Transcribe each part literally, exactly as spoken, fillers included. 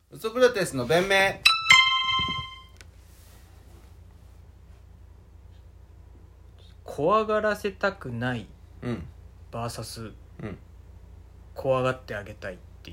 ソクラテスの弁明。 怖がらせたくないうんブイエスうん怖がってあげたいっていう。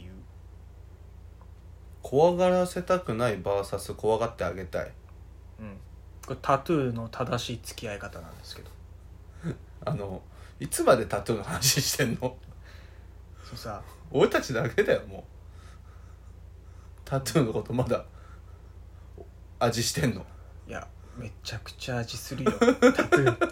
怖がらせたくない ブイエス 怖がってあげたい。 うんこれタトゥーの正しい付き合い方なんですけど、 あのいつまでタトゥーの話してんの？ そうさ、 俺たちだけだよもう。タトゥーのことまだ味してんの？ いやめちゃくちゃ味するよタトゥー、 タト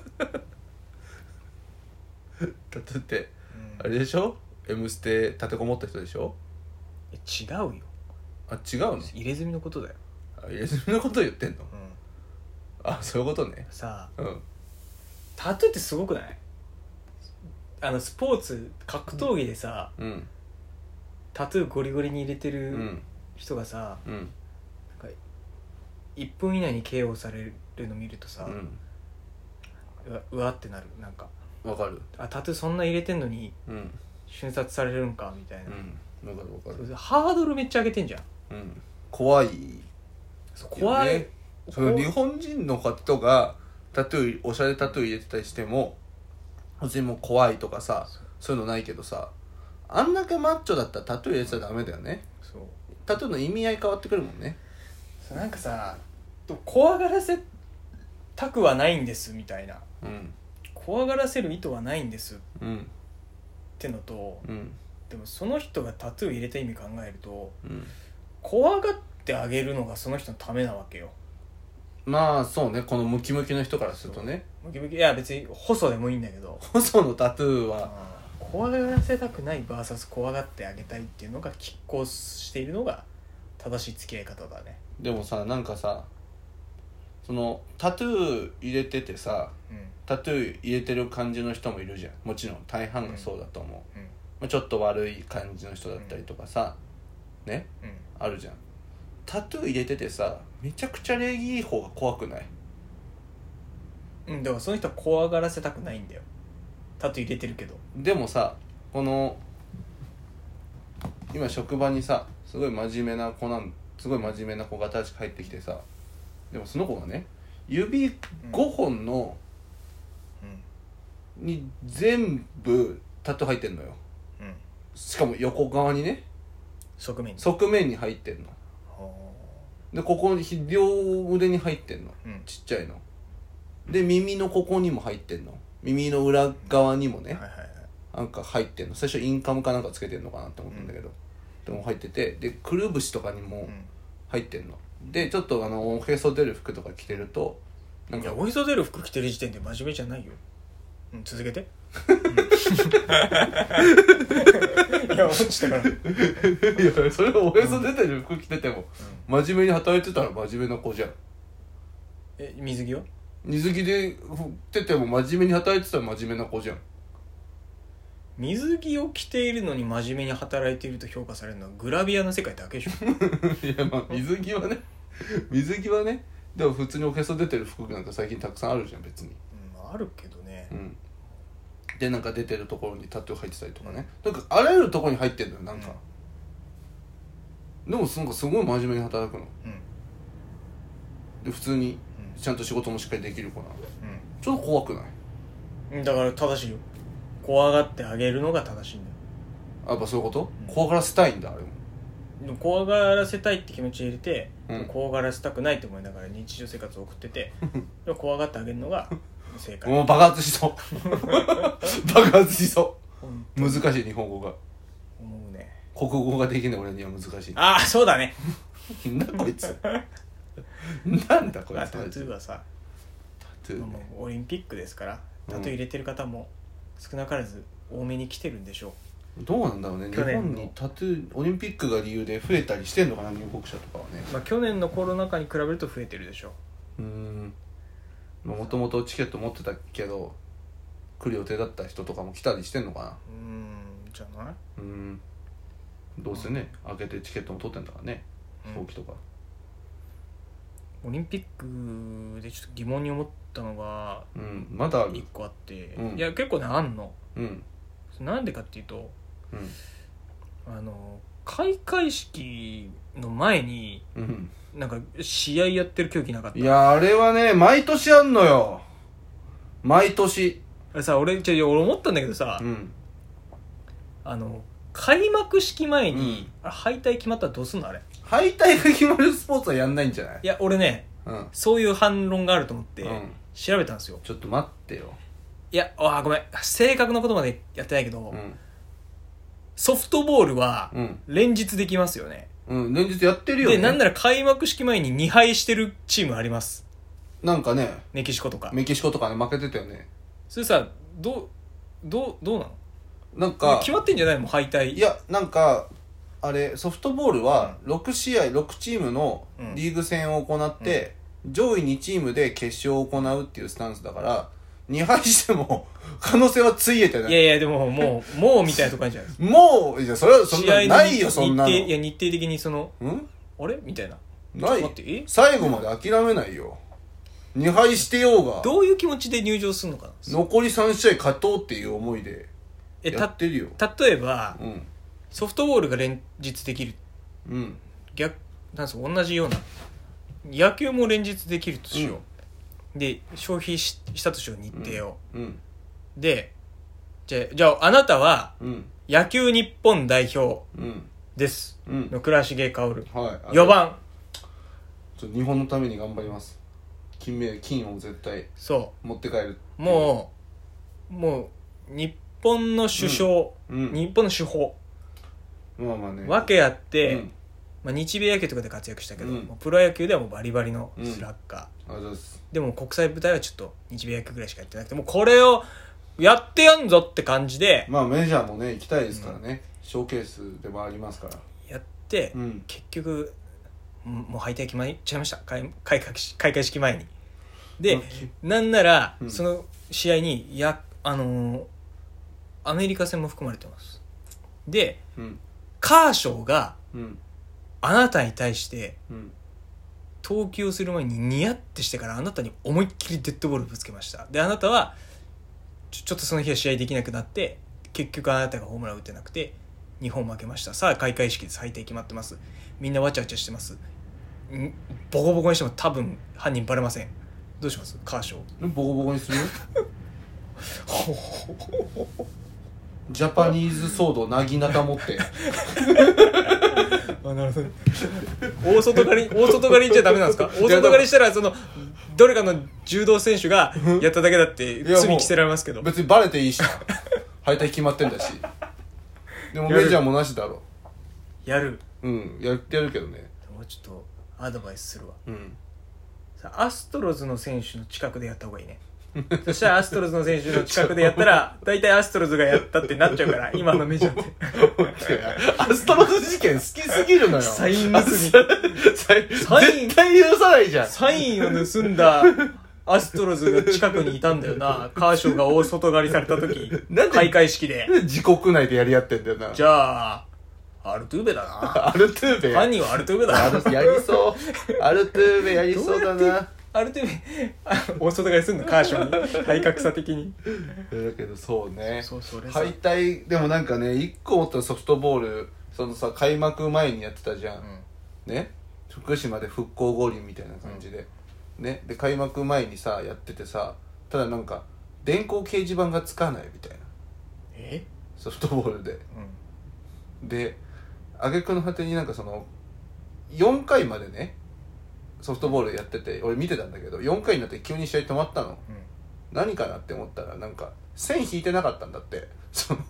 ゥーってうんあれでしょ？ M ステ立てこもった人でしょ？ え違うよ、 あ、違うの？ 入れ墨のことだよ。 あ、入れ墨のこと言ってんの？ うんあ、そういうことね。 さあうんタトゥーってすごくない？あのスポーツ格闘技でさ、 うんタトゥーゴリゴリに入れてうるん人がさ、 うんなんかいっぷん以内に ケーオー されるの見るとさ、 うんうわうわってなる。なんかわかる。 あタトゥーそんな入れてんのにうん瞬殺されるんかみたいな、 うんわかるわかる。 そうハードルめっちゃ上げてんじゃん。 うん怖い。 そう怖い、 ねその日本人の方がタトゥーおしゃれタトゥー入れてたりしても別にもう怖いとかさそういうのないけどさ、あんだけマッチョだったらタトゥー入れてたらダメだよね。 そうタトゥーの意味合い変わってくるもんね。 そうなんかさ怖がらせたくはないんですみたいな、 うん怖がらせる意図はないんですっうんてのと、 うんでもその人がタトゥー入れた意味考えるとうん怖がってあげるのがその人のためなわけよ。 まあそうね、このムキムキの人からするとね。 ムキムキいや別に細でもいいんだけど、 細のタトゥーは怖がらせたくない ブイエス 怖がってあげたいっていうのが拮抗しているのが正しい付き合い方だね。 でもさ、なんかさそのタトゥー入れててさうんタトゥー入れてる感じの人もいるじゃん。もちろん大半がそうだと思う、 うんまあ、ちょっと悪い感じの人だったりとかさ、ねうんあるじゃん。タトゥー入れててさめちゃくちゃ礼儀いい方が怖くない？ うん、だからその人は怖がらせたくないんだよ。タトゥー入れてるけど。 でもさ、この今職場にさすごい真面目な子なんすごい真面目な子が新しく入ってきてさ、でもその子がね指ごほんの、 うんに全部タトゥー入ってんのよ。 うんしかも横側にね側面に側面に入ってんのはで、ここに両腕に入ってんの、 うんちっちゃいので、耳のここにも入ってんの、耳の裏側にもね、 はいはいはいなんか入ってんの。最初インカムかなんかつけてんのかなって思ったんだけど、でも入ってて、でくるぶしとかにもうん入ってんので、ちょっとあのおへそ出る服とか着てるとなんかいやおへそ出る服着てる時点で真面目じゃないよ。うん続けて。いや落ちたから。 いやそれはおへそ出てる服着てても、真面目に働いてたら真面目な子じゃん。 え水着は？ 水着で振ってても真面目に働いてたら真面目な子じゃん。 水着を着ているのに真面目に働いていると評価されるのはグラビアの世界だけでしょ。 いやまあ水着はね水着はね、でも普通におへそ出てる服なんか最近たくさんあるじゃん別に。 うんあるけどね。 うんでなんか出てるところにタトゥー入ってたりとかね、なんかあらゆるところに入ってんのよなんか、でもなんかすごい真面目に働くのうんで、普通にうんちゃんと仕事もしっかりできる子なの。 うちょっと怖くない？ んうんだから正しいよ。怖がってあげるのが正しいんだよ。 やっぱそういうこと、 うん怖がらせたいんだあれも。 でも怖がらせたいって気持ち入れて、 うん怖がらせたくないって思いながら日常生活を送っててでも怖がってあげるのが正解。 もう爆発しそう爆発しそうんう難しい日本語が。 思うね。 国語ができない俺には難しい。 ああそうだね。 なんだこいつなんだこいつ。 まあタトゥーはさ、 タトゥーねまあもうオリンピックですからタトゥー入れてる方も少なからず多めに来てるんでしょどうなんだろうね。日去年の本にタトゥーオリンピックが理由で増えたりしてんのかな入国者とかはね。 う。まあ去年のコロナ禍に比べると増えてるでしょうーんもともとチケット持ってたけど来る予定だった人とかも来たりしてんのかな。 う。うーんじゃないうーんどうせね開けてチケットも取ってんだからね、 うん飛行機とか。 オリンピックでちょっと疑問に思ったのがうんまだある。 一個あって、 うんいや結構ねあんの。 うんなんでかっていうとうんあの開会式の前にうんなんか試合やってる競技なかった？ いやあれはね毎年あんのよ毎年。 あれさ俺ちょ俺思ったんだけどさ、 うん、 あの開幕式前に、 うん、 あれ敗退決まったらどうすんのあれ？ 敗退が決まるスポーツはやんないんじゃない？ いや俺ね、うん、そういう反論があると思って調べたんですよ、うん、 ちょっと待ってよ。 いやあごめん正確なことまでやってないけど、うん、ソフトボールは連日できますよね。 うん、連日やってるよね。 でなんなら開幕式前ににはいしてるチームあります。 なんかねメキシコとかメキシコとかね負けてたよね。 それさどうどうどうなの？ なんか決まってんじゃないの敗退？ いやなんかあれソフトボールはろくしあいろくチームのリーグ戦を行って、うん、上位にチームで決勝を行うっていうスタンスだからにはいしても可能性はついえてない。 いやいやでももうもうみたいなとこあるじゃないですか。 もういやそれはそんなないよそんなの。 いや日程的にそのんあれみたいなない。最後まで諦めないよ。にはいしてようがどういう気持ちで入場するのかな。 残りさん試合勝とうっていう思いでやってるよ。 えた例えば、うん、ソフトボールが連日できる、うん、逆なんすか同じような野球も連日できるとしよう、うん、で消費 し, したとしよう日程を、うんうん、でじゃ, じゃああなたは、うん、野球日本代表です、うん、の倉重薫、はい、よばんちょ日本のために頑張ります。金メ金を絶対持って帰る。 もうもう日本の首相、うんうん、日本の手法、 まあまあね、 わけあって、うんまあ、日米野球とかで活躍したけど、うん、プロ野球ではもうバリバリのスラッガー、うん、でも国際舞台はちょっと日米野球ぐらいしかやってなくてもうこれをやってやんぞって感じで、 まあメジャーもね行きたいですからね、うん、ショーケースでもありますからやって、うん、結局もう敗退決まっちゃいました。開会開会式前にで、なんなら、うん、その試合にやあのー、アメリカ戦も含まれてます。で、うん、カーショーが、うん、あなたに対して、うん、投球をする前にニヤってしてからあなたに思いっきりデッドボールぶつけました。であなたはちょ、ちょっとその日は試合できなくなって結局あなたがホームラン打てなくて日本負けました。さあ開会式で最低決まってます。みんなわちゃわちゃしてます。ボコボコにしても多分犯人バレません。どうしますカーショー？ ボコボコにするジャパニーズソードなぎなた持ってあなるほど大外刈り大外刈りじゃダメなんですか？大外刈りしたらそのどれかの柔道選手がやっただけだって罪着せられますけど別にバレていいし敗退決まってんだしでもメジャーもなしだろ。 やるうんやってやるけどね。 もうちょっとアドバイスするわ、うん、さアストロズの選手の近くでやった方がいいねそしたらアストロズの選手の近くでやったら大体アストロズがやったってなっちゃうから今のメジャーでアストロズ事件好きすぎるのよ。 サイン盗みサイン絶対許さないじゃん。 サインを盗んだアストロズが近くにいたんだよな。カーショーが大外刈りされた時開会式で自国内でやり合ってんだよな。 じゃあアルトゥーベだな。 アルトゥーベ犯人はアルトゥーベだな。 やりそうアルトゥーベやりそうだな。 アルトゥーベ大外刈りすんのカーショーに体格差的にだけどそうねそうそれ敗退でもなんかね一個思ったソフトボールそのさ開幕前にやってたじゃん、うん、ね福島で復興五輪みたいな感じで、うん、ねで開幕前にさやっててさただなんか電光掲示板がつかないみたいなえソフトボールで、うん、で挙句の果てになんかそのよんかいまでねソフトボールやってて俺見てたんだけどよんかいになって急に試合止まったの、うん、何かなって思ったらなんか線引いてなかったんだってその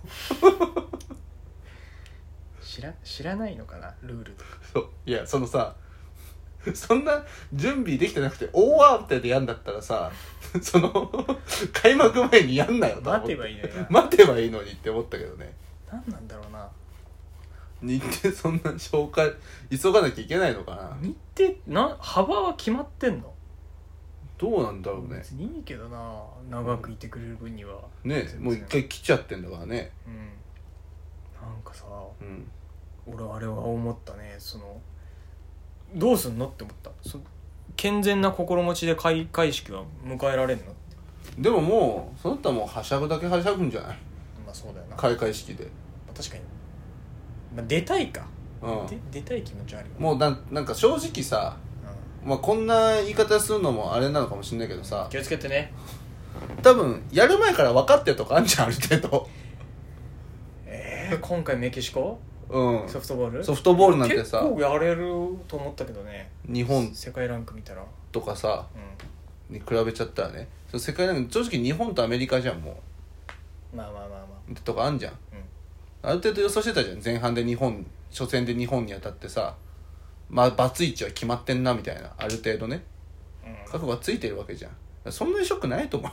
知ら知らないのかなルールとか。 そういやそのさそんな準備できてなくて大慌てでやんだったらさその開幕前にやんなよと思って待てばいいのに待てばいいのにって思ったけどね。 何なんだろうな日程そんな紹介急がなきゃいけないのかな。 日程な幅は決まってんの？ どうなんだろうね。 別にいいけどな長くいてくれる分には、 うん、ねもう一回来ちゃってんだからね。 うんなんかさ、うん、俺あれは思ったね。そのどうすんのって思った。そ健全な心持ちで開会式は迎えられんのって。 でももうその他もうはしゃぐだけはしゃぐんじゃない。 まあそうだよな開会式で。 確かに、まあ、出たいかうんで出たい気持ちはあるよ。 もうなんなんか正直さ、 うん、 まあ、こんな言い方するのもあれなのかもしれないけどさ、 気をつけてね。 多分やる前から分かってるとこあんじゃん、ある程度。 えー、今回メキシコうんソフトボールソフトボールなんてさ結構やれると思ったけどね。 日本世界ランク見たら、 とかさうに比べちゃったらね、そう世界ランク正直日本とアメリカじゃんもん、まあまあまあまあ、 うとかあんじゃん。 うん、 ある程度予想してたじゃん、前半で日本初戦で日本に当たってさ、まあバツイチは決まってんなみたいな、ある程度ねうん、 覚悟がついてるわけじゃん。そんなにショックないと思う。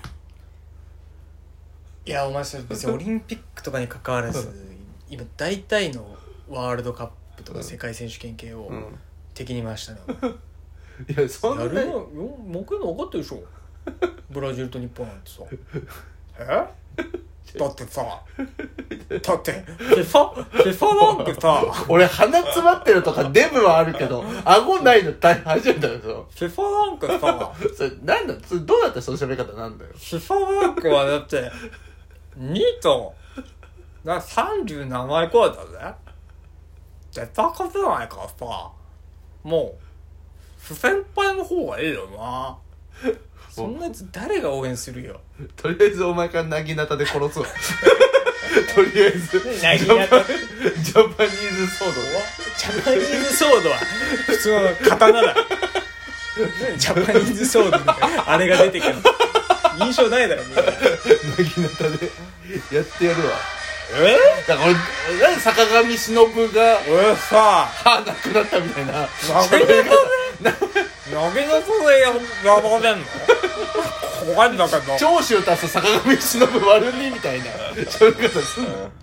いやお前それ別にオリンピックとかに関わらず今大体のワールドカップとか世界選手権系をうん敵に回したの、 いやそんなやるのよもう一回の分かってるでしょブラジルと日本なんてさえだってさだってフィファフィファなんてさ俺鼻詰まってるとかデブはあるけど顎ないの大初めてだよ。 フィファなんかさそれなんだそれどうやってその喋り方なんだよ。 フィファなんかはだってにとださんじゅうななまい超えたぜ。絶対勝てないからさ、もう不先輩の方がいいよな。そんなやつ誰が応援するよ。 とりあえずお前からなぎなたで殺すわ。とりあえずなぎなたジャパニーズソードジャパニーズソードは普通の刀だ。ジャパニーズソードであれが出てくる印象ないだろみんな。 なぎなたでやってやるわ。 えだから俺何坂上忍が俺さ歯なくなったみたいな投げなたで投げなたでややばれんの怖いんだけど。 長州足す坂上忍割るにみたいな喋り方すんの。